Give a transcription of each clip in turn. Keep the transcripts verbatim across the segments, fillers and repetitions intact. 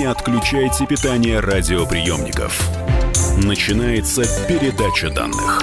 Не отключайте питание радиоприемников. Начинается передача данных.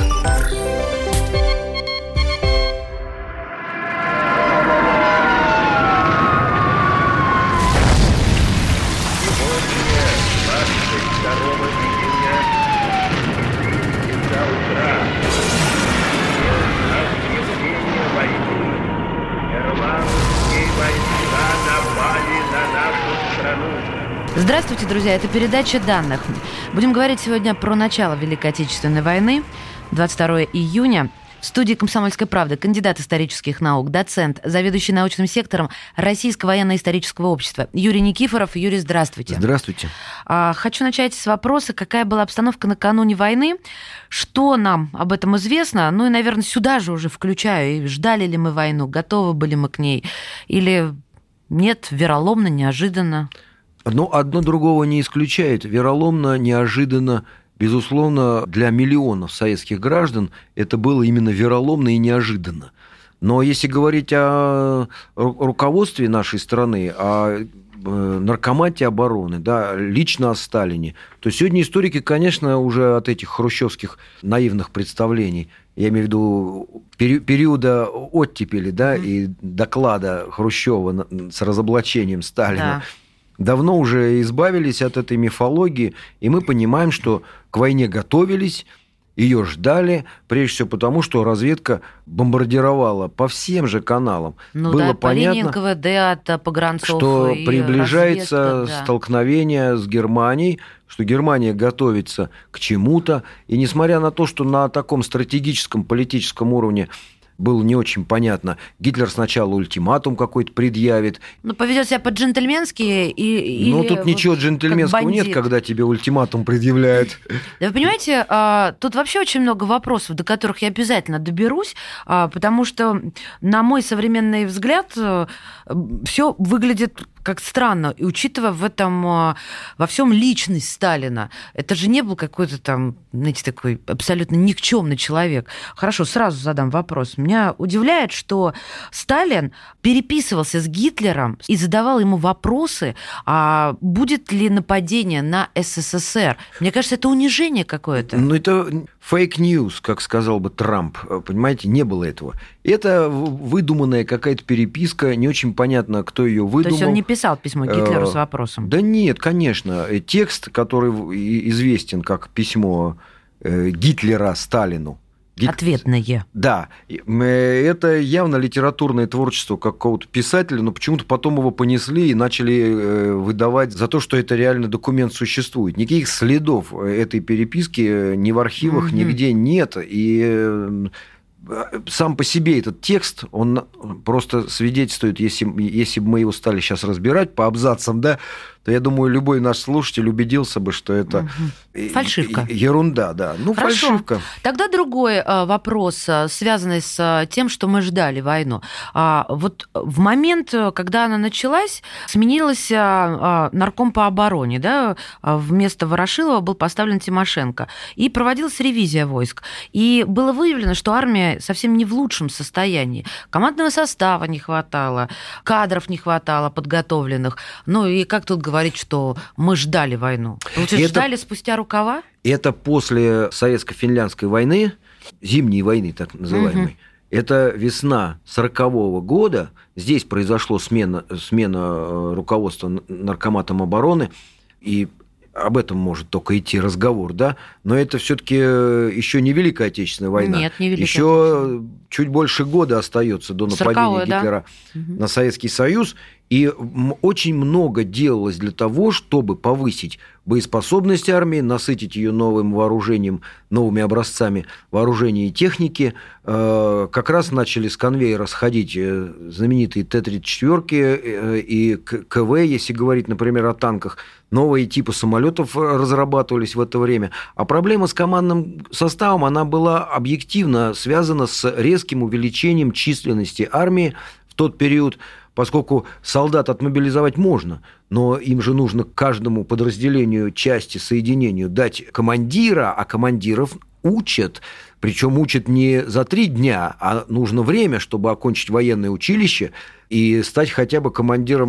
Здравствуйте, друзья. Это передача данных. Будем говорить сегодня про начало Великой Отечественной войны, двадцать второго июня. В студии «Комсомольской правды» кандидат исторических наук, доцент, заведующий научным сектором Российского военно-исторического общества Юрий Никифоров. Юрий, здравствуйте. Здравствуйте. Хочу начать с вопроса, какая была обстановка накануне войны, что нам об этом известно, ну и, наверное, сюда же уже включаю, и ждали ли мы войну, готовы были мы к ней, или нет, вероломно, неожиданно? Но одно другого не исключает. Вероломно, неожиданно, безусловно, для миллионов советских граждан это было именно вероломно и неожиданно. Но если говорить о руководстве нашей страны, о наркомате обороны, да, лично о Сталине, то сегодня историки, конечно, уже от этих хрущевских наивных представлений, я имею в виду периода оттепели, да, mm-hmm. и доклада Хрущева с разоблачением Сталина, да. давно уже избавились от этой мифологии, и мы понимаем, что к войне готовились, ее ждали, прежде всего потому, что разведка бомбардировала по всем же каналам. Ну Было да, понятно, по линии эн ка вэ дэ от погранцов, что и приближается разведка, да. столкновение с Германией, что Германия готовится к чему-то. И несмотря на то, что на таком стратегическом политическом уровне было не очень понятно. Гитлер сначала ультиматум какой-то предъявит. Ну, поведет себя по-джентльменски и... Ну, тут ничего джентльменского нет, когда тебе ультиматум предъявляют. Да вы понимаете, тут вообще очень много вопросов, до которых я обязательно доберусь, потому что, на мой современный взгляд, все выглядит как странно, и учитывая в этом во всем личность Сталина, это же не был какой-то там, знаете, такой абсолютно никчемный человек. Хорошо, сразу задам вопрос. Меня удивляет, что Сталин переписывался с Гитлером и задавал ему вопросы, а будет ли нападение на эс эс эс эр. Мне кажется, это унижение какое-то. Ну, это фейк-ньюс, как сказал бы Трамп. Понимаете, не было этого. Это выдуманная какая-то переписка, не очень понятно, кто ее выдумал. То есть он не писал письмо Гитлеру с вопросом? Да нет, конечно. Текст, который известен как письмо Гитлера Сталину. Гит... Ответное. Да. Это явно литературное творчество какого-то писателя, но почему-то потом его понесли и начали выдавать за то, что это реально документ существует. Никаких следов этой переписки ни в архивах, mm-hmm. нигде нет. И сам по себе этот текст, он просто свидетельствует, если, если бы мы его стали сейчас разбирать по абзацам, да, то я думаю, любой наш слушатель убедился бы, что это угу. фальшивка. Ерунда, да. Ну, хорошо. Фальшивка. Тогда другой вопрос, связанный с тем, что мы ждали войну. Вот в момент, когда она началась, сменился нарком по обороне, да, вместо Ворошилова был поставлен Тимошенко, и проводилась ревизия войск. И было выявлено, что армия совсем не в лучшем состоянии. Командного состава не хватало, кадров не хватало подготовленных. Ну и как тут говорить, что мы ждали войну? Получается, это... ждали спустя рукава? Это после советско-финляндской войны, зимней войны так называемой. Угу. Это весна сорокового года. Здесь произошла смена, смена руководства наркоматом обороны. И об этом может только идти разговор, да? Но это все-таки еще не Великая Отечественная война. Нет, не Великая Еще чуть больше года остается до нападения Гитлера да? на Советский Союз. И очень много делалось для того, чтобы повысить боеспособность армии, насытить ее новым вооружением, новыми образцами вооружения и техники. Как раз начали с конвейера сходить знаменитые Т тридцать четыре и ка вэ, если говорить, например, о танках. Новые типы самолетов разрабатывались в это время. А проблема с командным составом, она была объективно связана с резким увеличением численности армии в тот период, поскольку солдат отмобилизовать можно, но им же нужно каждому подразделению, части, соединению дать командира, а командиров учат. Причем учат не за три дня, а нужно время, чтобы окончить военное училище и стать хотя бы командиром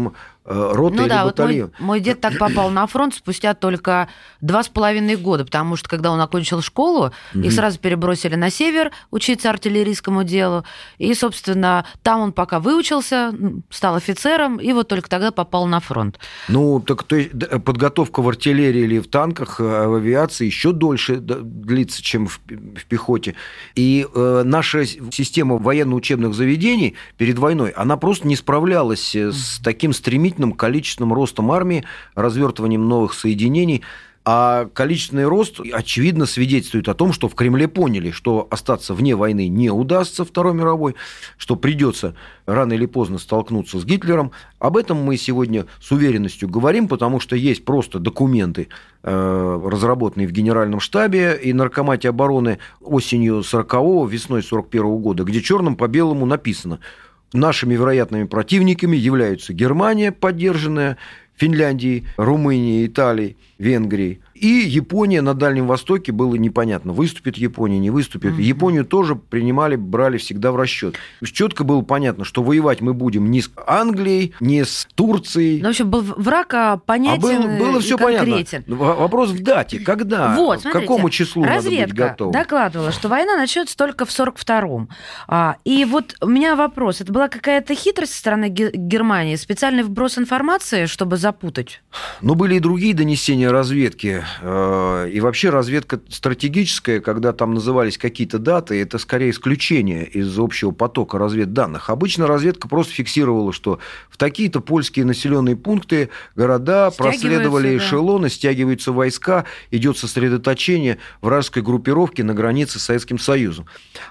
рота ну или да, батальон. Вот мой, мой дед так попал на фронт спустя только два с половиной года, потому что когда он окончил школу, угу. их сразу перебросили на север учиться артиллерийскому делу, и, собственно, там он пока выучился, стал офицером, и вот только тогда попал на фронт. Ну, так то есть подготовка в артиллерии или в танках, в авиации еще дольше длится, чем в, в пехоте. И э, наша система военно-учебных заведений перед войной, она просто не справлялась с таким стремительным количественным ростом армии, развертыванием новых соединений. А количественный рост, очевидно, свидетельствует о том, что в Кремле поняли, что остаться вне войны не удастся Второй мировой, что придется рано или поздно столкнуться с Гитлером. Об этом мы сегодня с уверенностью говорим, потому что есть просто документы, разработанные в Генеральном штабе и Наркомате обороны осенью сорокового, весной сорок первого года, где черным по белому написано: нашими вероятными противниками являются Германия, поддержанная Финляндией, Румынией, Италией, Венгрией. И Япония на Дальнем Востоке, было непонятно, выступит Япония, не выступит. Mm-hmm. Японию тоже принимали, брали всегда в расчет. Четко было понятно, что воевать мы будем не с Англией, не с Турцией. Ну, в общем, был враг понятен, а был, было все конкретен. Понятно. Вопрос в дате. Когда? Вот, к какому числу надо быть готовым? Докладывала, что война начнется только в сорок втором. И вот у меня вопрос. Это была какая-то хитрость со стороны Германии? Специальный вброс информации, чтобы запутать? Ну, были и другие донесения разведки. И вообще разведка стратегическая, когда там назывались какие-то даты, это скорее исключение из общего потока разведданных. Обычно разведка просто фиксировала, что в такие-то польские населенные пункты, города проследовали эшелоны, да. стягиваются войска, идет сосредоточение вражеской группировки на границе с Советским Союзом.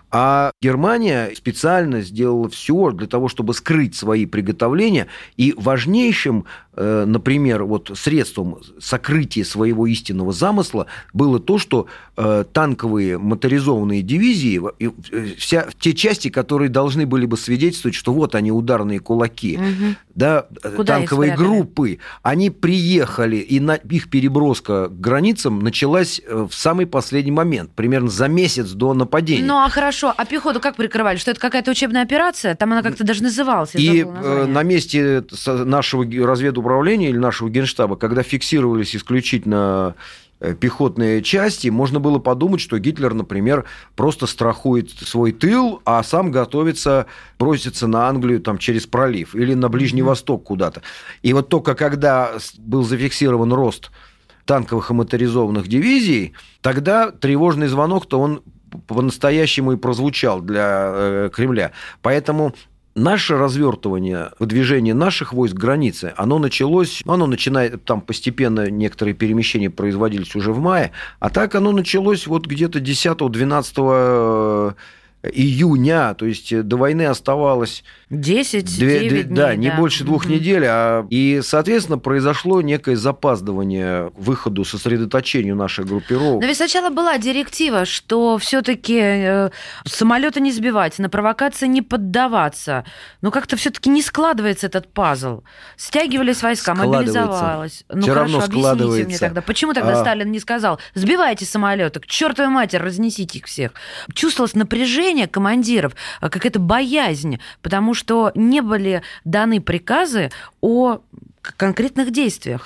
А Германия специально сделала все для того, чтобы скрыть свои приготовления, и важнейшим, например, вот средством сокрытия своего истинного замысла было то, что э, танковые моторизованные дивизии, э, вся, те части, которые должны были бы свидетельствовать, что вот они, ударные кулаки, угу. да, танковые группы, они приехали, и на, их переброска к границам началась в самый последний момент, примерно за месяц до нападения. Ну, а хорошо, а пехоту как прикрывали? Что это какая-то учебная операция? Там она как-то даже называлась. И э, на месте нашего разведуправления или нашего генштаба, когда фиксировались исключительно пехотные части, можно было подумать, что Гитлер, например, просто страхует свой тыл, а сам готовится броситься на Англию там, через пролив или на Ближний mm-hmm. Восток куда-то. И вот только когда был зафиксирован рост танковых и моторизованных дивизий, тогда тревожный звонок-то он по-настоящему и прозвучал для э, Кремля. Поэтому наше развертывание, выдвижение наших войск к границе, оно началось, оно начинает, там постепенно некоторые перемещения производились уже в мае, а так оно началось вот где-то десятого-двенадцатого июня, то есть до войны оставалось десять-девять дней, да, не да. больше двух угу. недель, а... и, соответственно, произошло некое запаздывание к выходу, сосредоточению наших группировок. Но ведь сначала была директива, что все-таки самолеты не сбивать, на провокации не поддаваться, но как-то все-таки не складывается этот пазл. Стягивались войска, мобилизовалось. Ну Все хорошо, равно объясните мне тогда, почему тогда а... Сталин не сказал: сбивайте самолеты, к чертовой матери, разнесите их всех. Чувствовалось напряжение командиров, какая-то боязнь, потому что не были даны приказы о конкретных действиях.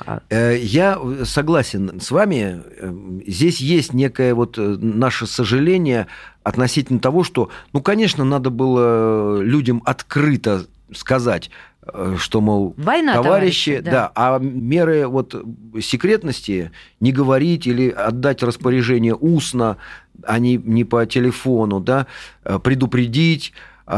Я согласен с вами. Здесь есть некое вот наше сожаление относительно того, что, ну, конечно, надо было людям открыто сказать, что, мол, война, товарищи, товарищи да. да, а меры вот секретности не говорить или отдать распоряжение устно, а не, не по телефону, да, предупредить.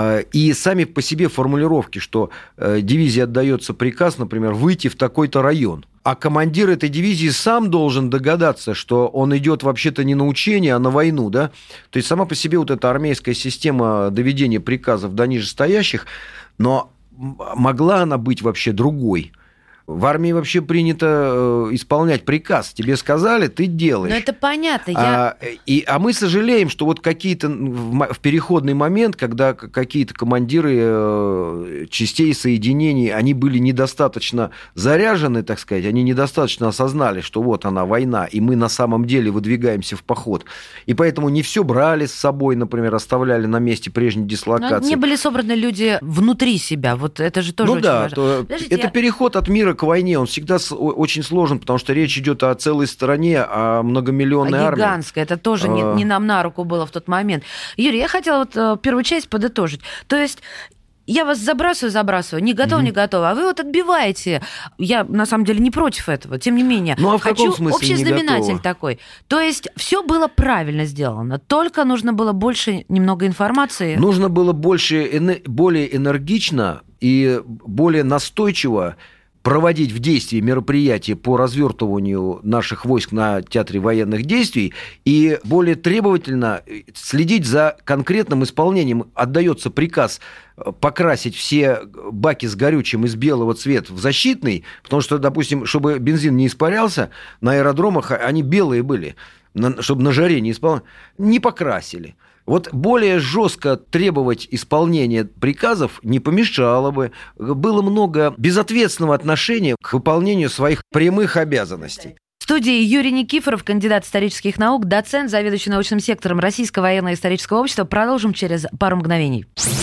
И сами по себе формулировки, что дивизии отдается приказ, например, выйти в такой-то район. А командир этой дивизии сам должен догадаться, что он идет вообще-то не на учение, а на войну, да. То есть сама по себе вот эта армейская система доведения приказов до нижестоящих, но могла она быть вообще другой? В армии вообще принято исполнять приказ. Тебе сказали, ты делаешь. Ну, это понятно. А, я... и, а мы сожалеем, что вот какие-то в, в переходный момент, когда какие-то командиры частей, соединений, они были недостаточно заряжены, так сказать, они недостаточно осознали, что вот она, война, и мы на самом деле выдвигаемся в поход. И поэтому не все брали с собой, например, оставляли на месте прежней дислокации. Но не были собраны люди внутри себя. Вот это же тоже ну, очень да, важно. То... Это я... переход от мира к войне, он всегда очень сложен, потому что речь идет о целой стране, о многомиллионной армии. Гигантская, это тоже не, не нам на руку было в тот момент. Юрий, я хотела вот первую часть подытожить. То есть я вас забрасываю, забрасываю, не готов, mm-hmm. не готов, а вы вот отбиваете. Я, на самом деле, не против этого, тем не менее. Ну, а в хочу каком смысле общий не знаменатель готова? такой. То есть все было правильно сделано, только нужно было больше немного информации. Нужно было больше, более энергично и более настойчиво проводить в действии мероприятия по развертыванию наших войск на театре военных действий и более требовательно следить за конкретным исполнением. Отдается приказ покрасить все баки с горючим из белого цвета в защитный, потому что, допустим, чтобы бензин не испарялся, на аэродромах они белые были, чтобы на жаре не исполняли, не покрасили. Вот более жестко требовать исполнения приказов не помешало бы. Было много безответственного отношения к выполнению своих прямых обязанностей. В студии Юрий Никифоров, кандидат исторических наук, доцент, заведующий научным сектором Российского военно-исторического общества. Продолжим через пару мгновений.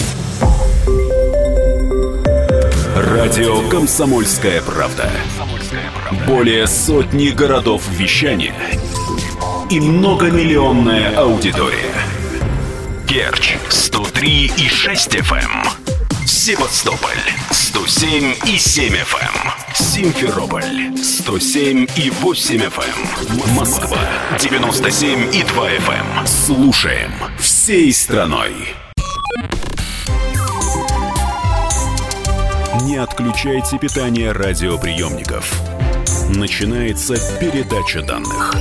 Радио «Комсомольская правда». Более сотни городов вещания и многомиллионная аудитория. Керчь сто три и шесть эф эм, Севастополь сто семь и семь эф эм, Симферополь сто семь и восемь эф эм, Москва девяносто семь и два эф эм. Слушаем всей страной. Не отключайте питание радиоприемников. Начинается передача данных.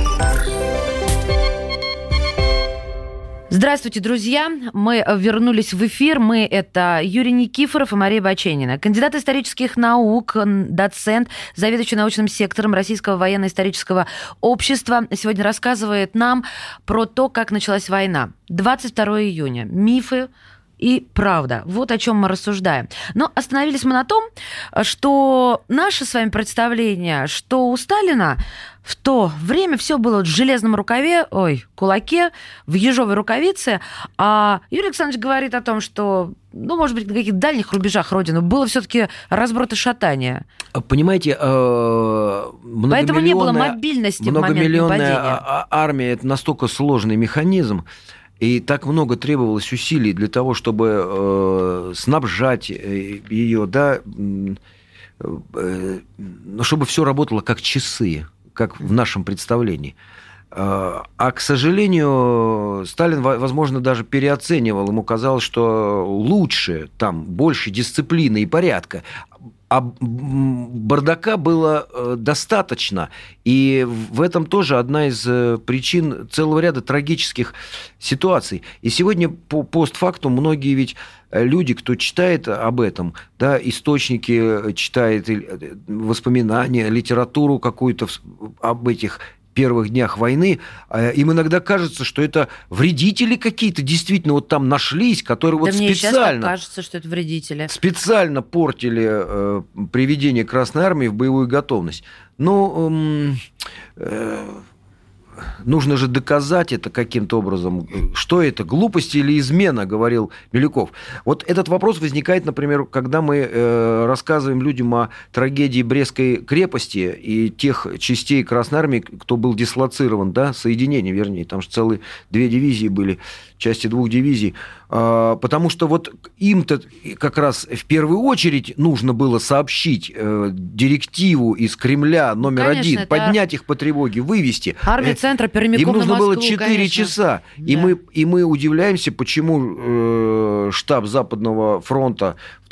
Здравствуйте, друзья! Мы вернулись в эфир. Мы — это Юрий Никифоров и Мария Баченина. Кандидат исторических наук, доцент, заведующий научным сектором Российского военно-исторического общества. Сегодня рассказывает нам про то, как началась война. двадцать второго июня. Мифы и правда. Вот о чем мы рассуждаем. Но остановились мы на том, что наше с вами представление, что у Сталина в то время все было в железном рукаве, ой, кулаке, в ежовой рукавице, а Юрий Александрович говорит о том, что, ну, может быть, на каких-то дальних рубежах Родины было все-таки разброд и шатание. Понимаете, поэтому не было мобильности в момент нападения. Многомиллионная армия – это настолько сложный механизм, и так много требовалось усилий для того, чтобы э, снабжать ее, да, э, чтобы все работало как часы, как в нашем представлении. А, к сожалению, Сталин, возможно, даже переоценивал. Ему казалось, что лучше, там, больше дисциплины и порядка. А бардака было достаточно. И в этом тоже одна из причин целого ряда трагических ситуаций. И сегодня по постфактум многие ведь люди, кто читает об этом, да, источники читает, воспоминания, литературу какую-то об этих первых днях войны, им иногда кажется, что это вредители какие-то действительно вот там нашлись, которые да вот мне специально... сейчас кажется, что это вредители. Специально портили э, приведение Красной Армии в боевую готовность. Но... Э, э, нужно же доказать это каким-то образом. Что это, глупость или измена, говорил Милюков. Вот этот вопрос возникает, например, когда мы э, рассказываем людям о трагедии Брестской крепости и тех частей Красной Армии, кто был дислоцирован, да, соединения, вернее, там же целые две дивизии были, части двух дивизий. Э, потому что вот им-то как раз в первую очередь нужно было сообщить э, директиву из Кремля номер Конечно, один, поднять ар... их по тревоге, вывести. Армия центра прямиком Им нужно на Москву, было четыре часа. Да. И, мы, и мы удивляемся, почему э, штаб Западного фронта в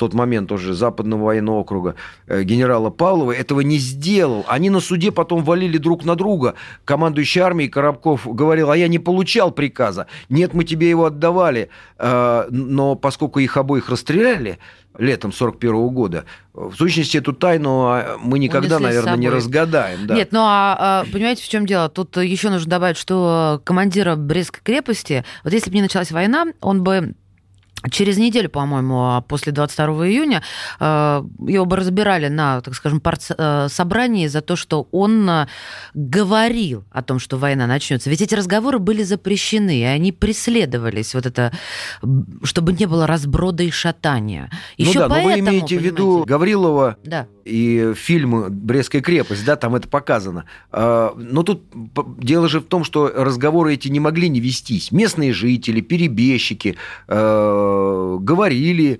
тот момент уже Западного военного округа генерала Павлова, этого не сделал. Они на суде потом валили друг на друга. Командующий армией Коробков говорил: а я не получал приказа. Нет, мы тебе его отдавали. Но поскольку их обоих расстреляли летом сорок первого года, в сущности, эту тайну мы никогда, наверное, не разгадаем. Да. Нет, ну а понимаете, в чем дело? Тут еще нужно добавить, что командира Брестской крепости, вот если бы не началась война, он бы через неделю, по-моему, после двадцать второго июня, его бы разбирали на, так скажем, партсобрании за то, что он говорил о том, что война начнется. Ведь эти разговоры были запрещены, и они преследовались, вот это, чтобы не было разброда и шатания. Еще ну да, поэтому, но вы имеете в виду Гаврилова, да, и фильм «Брестская крепость», да, там это показано. Но тут дело же в том, что разговоры эти не могли не вестись. Местные жители, перебежчики говорили: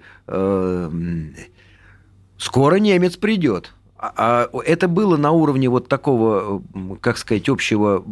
скоро немец придет. А это было на уровне вот такого, как сказать, общего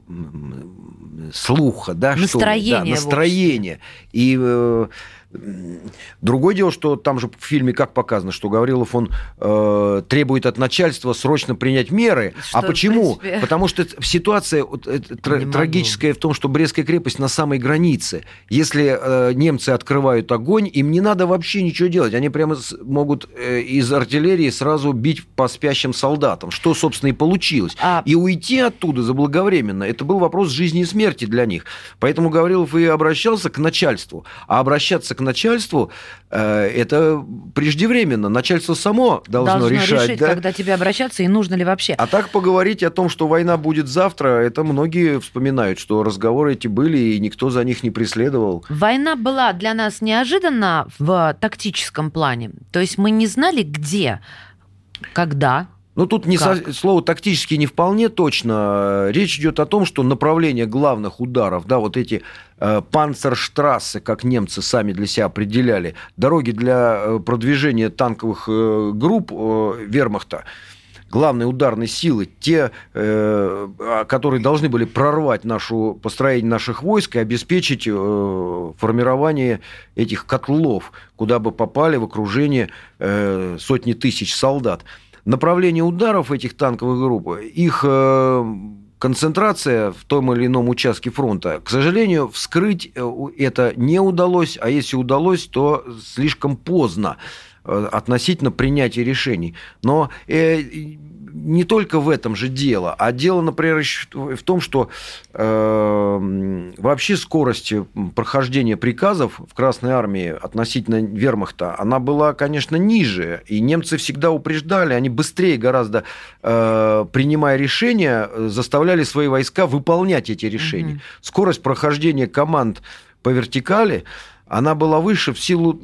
слуха, да, настроения, что ли? Да, настроения. И другое дело, что там же в фильме как показано, что Гаврилов, он э, требует от начальства срочно принять меры. Что, а почему? Принципе... Потому что ситуация вот, тр- трагическая в том, что Брестская крепость на самой границе. Если э, немцы открывают огонь, им не надо вообще ничего делать. Они прямо могут э, из артиллерии сразу бить по спящим солдатам, что, собственно, и получилось. А... И уйти оттуда заблаговременно, это был вопрос жизни и смерти для них. Поэтому Гаврилов и обращался к начальству. А обращаться к начальству, э, это преждевременно. Начальство само должно, должно решать, решить, да? когда тебе обращаться и нужно ли вообще. А так поговорить о том, что война будет завтра, это многие вспоминают, что разговоры эти были, и никто за них не преследовал. Война была для нас неожиданна в тактическом плане. То есть мы не знали, где, когда. Ну, тут не со... слово «тактически» не вполне точно. Речь идет о том, что направление главных ударов, да, вот эти э, панцерштрассе, как немцы сами для себя определяли, дороги для продвижения танковых э, групп э, вермахта, главной ударной силы, те, э, которые должны были прорвать нашу, построение наших войск и обеспечить э, формирование этих котлов, куда бы попали в окружение э, сотни тысяч солдат. Направление ударов этих танковых групп, их концентрация в том или ином участке фронта, к сожалению, вскрыть это не удалось, а если удалось, то слишком поздно относительно принятия решений. Но не только в этом же дело, а дело, например, в том, что э, вообще скорость прохождения приказов в Красной армии относительно вермахта, она была, конечно, ниже, и немцы всегда упреждали, они быстрее гораздо, э, принимая решения, заставляли свои войска выполнять эти решения. Угу. Скорость прохождения команд по вертикали, она была выше в силу...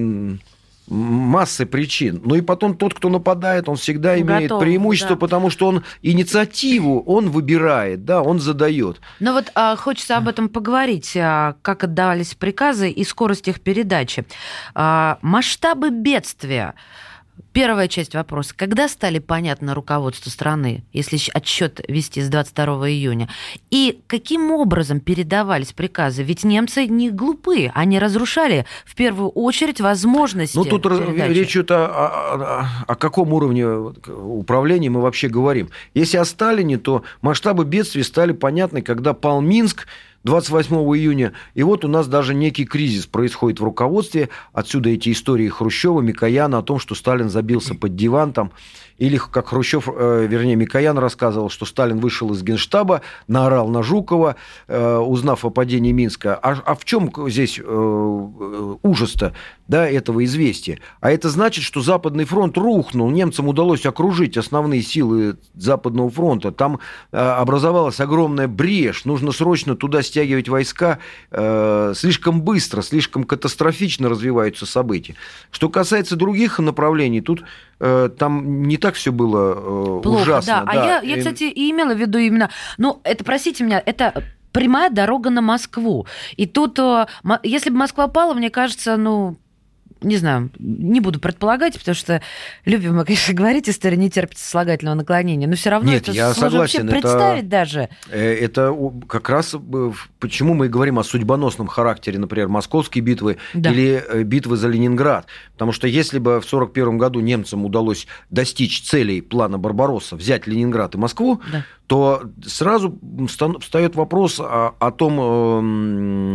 массы причин. Ну и потом тот, кто нападает, он всегда имеет Готов, преимущество, да. Потому что он инициативу, он выбирает, да, он задает. Ну вот а, хочется об этом поговорить, а, как отдавались приказы и скорость их передачи. А, масштабы бедствия. Первая часть вопроса. Когда стали понятны руководству страны, если отсчет вести с двадцать второго июня? И каким образом передавались приказы? Ведь немцы не глупые, они разрушали в первую очередь возможности Ну, тут передачи. Речь идет о, о, о каком уровне управления мы вообще говорим. Если о Сталине, то масштабы бедствий стали понятны, когда пал Минск, двадцать восьмого июня, и вот у нас даже некий кризис происходит в руководстве. Отсюда эти истории Хрущева, Микояна о том, что Сталин забился под диван там. Или, как Хрущев, вернее, Микоян рассказывал, что Сталин вышел из Генштаба, наорал на Жукова, узнав о падении Минска. А, а в чем здесь ужас-то, да, этого известия? А это значит, что Западный фронт рухнул. Немцам удалось окружить основные силы Западного фронта. Там образовалась огромная брешь. Нужно срочно туда стягивать войска. Слишком быстро, слишком катастрофично развиваются события. Что касается других направлений, тут там не так все было Плохо, ужасно. Да. Да. А я, я, кстати, и имела в виду именно... Ну, это, простите меня, это прямая дорога на Москву. И тут, если бы Москва пала, мне кажется, ну... не знаю, не буду предполагать, потому что любим мы, конечно, говорить, история не терпит сослагательного наклонения, но все равно Нет, это я сложно согласен, вообще представить это, даже. Это как раз почему мы говорим о судьбоносном характере, например, Московской битвы, да, или битвы за Ленинград. Потому что если бы в сорок первом году немцам удалось достичь целей плана Барбаросса, взять Ленинград и Москву, да, то сразу встает вопрос о, о том,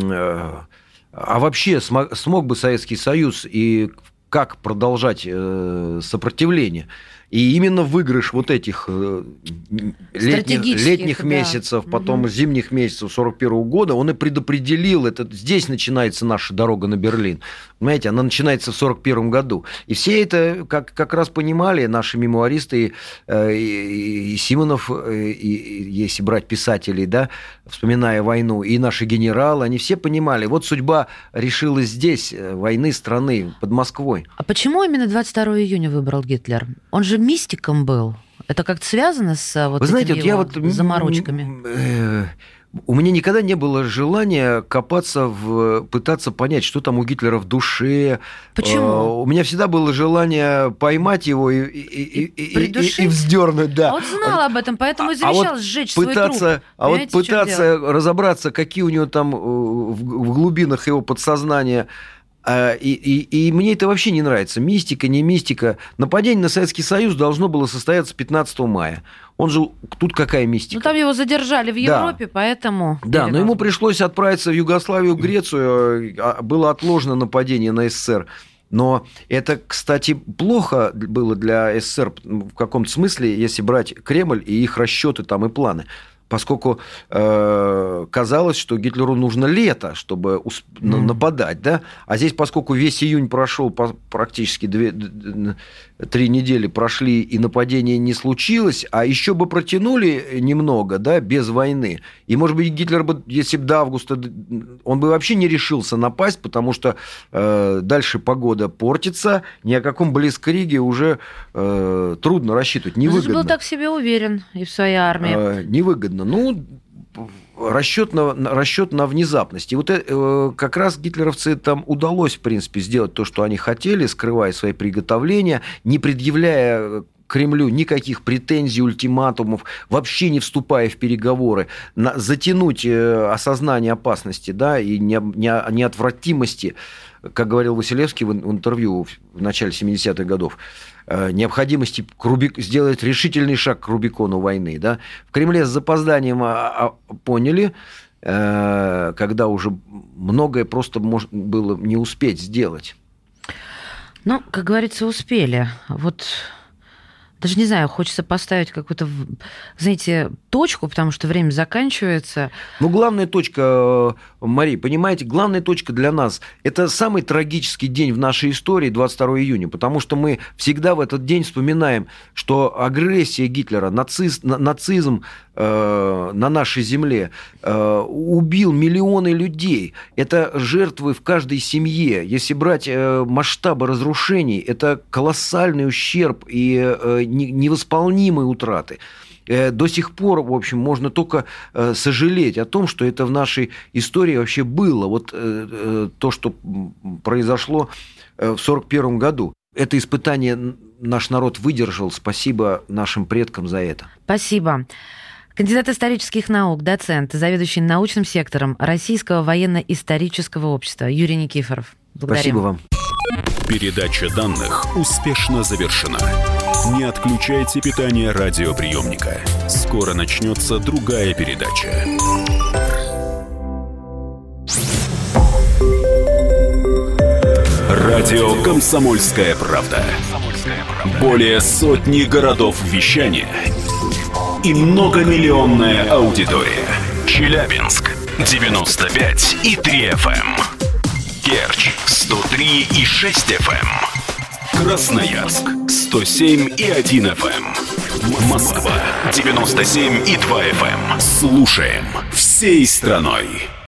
а вообще смог, смог бы Советский Союз и как продолжать сопротивление. И именно выигрыш вот этих летних, летних да. месяцев, потом угу. зимних месяцев сорок первого года, он и предопределил, это, здесь начинается наша дорога на Берлин. Понимаете, она начинается в сорок первом году. И все это как, как раз понимали наши мемуаристы, и, и, и Симонов, и, и, если брать писателей, да, вспоминая войну, и наши генералы, они все понимали, вот судьба решилась здесь, войны страны, под Москвой. А почему именно двадцать второго июня выбрал Гитлер? Он же мистиком был. Это как-то связано с вот Вы знаете, этими вот я вот, заморочками? Э, у меня никогда не было желания копаться в... пытаться понять, что там у Гитлера в душе. Почему? Э, у меня всегда было желание поймать его и, и, и, и, и, и вздернуть. Да. А вот знала об этом, поэтому и завещал а сжечь свой пытаться, труп. А вот пытаться разобраться, какие у него там в, в глубинах его подсознания... И, и, и мне это вообще не нравится. Мистика, не мистика. Нападение на Советский Союз должно было состояться пятнадцатого мая. Он же... Тут какая мистика? Ну, там его задержали в Европе, да. поэтому... Да, но ему пришлось отправиться в Югославию, Грецию. Было отложено нападение на СССР. Но это, кстати, плохо было для СССР в каком-то смысле, если брать Кремль и их расчеты там и планы. Поскольку э, казалось, что Гитлеру нужно лето, чтобы усп- mm. нападать, да? А здесь, поскольку весь июнь прошел, практически две, три недели прошли, и нападение не случилось, а еще бы протянули немного, да, без войны. И, может быть, Гитлер бы, если бы до августа, он бы вообще не решился напасть, потому что э, дальше погода портится, ни о каком блицкриге уже э, трудно рассчитывать, невыгодно. Он был так в себе уверен и в своей армии. Э, невыгодно. Ну, расчет на, расчет на внезапность. И вот э, как раз гитлеровцы там удалось, в принципе, сделать то, что они хотели, скрывая свои приготовления, не предъявляя Кремлю никаких претензий, ультиматумов, вообще не вступая в переговоры, на, затянуть э, осознание опасности, да, и не, не, неотвратимости, как говорил Василевский в, в интервью в начале семидесятых годов, необходимости к Рубик... сделать решительный шаг к Рубикону войны. Да? В Кремле с запозданием поняли, когда уже многое просто можно было не успеть сделать. Ну, как говорится, успели. Вот даже не знаю, хочется поставить какую-то, знаете, точку, потому что время заканчивается. Ну, главная точка, Мария, понимаете, главная точка для нас – это самый трагический день в нашей истории, двадцать второго июня, потому что мы всегда в этот день вспоминаем, что агрессия Гитлера, нациз, нацизм э, на нашей земле э, убил миллионы людей. Это жертвы в каждой семье. Если брать э, масштабы разрушений, это колоссальный ущерб и э, невосполнимые утраты. До сих пор, в общем, можно только сожалеть о том, что это в нашей истории вообще было. Вот то, что произошло в сорок первом году. Это испытание наш народ выдержал. Спасибо нашим предкам за это. Спасибо. Кандидат исторических наук, доцент, заведующий научным сектором Российского военно-исторического общества Юрий Никифоров. Благодарим. Спасибо вам. Передача данных успешно завершена. Не отключайте питание радиоприемника. Скоро начнется другая передача. Радио «Комсомольская правда». Более сотни городов вещания и многомиллионная аудитория. Челябинск девяносто пять и три эф эм. Керчь сто три и шесть эф эм. Красноярск сто семь и один эф эм. Москва девяносто семь и два эф эм. Слушаем всей страной.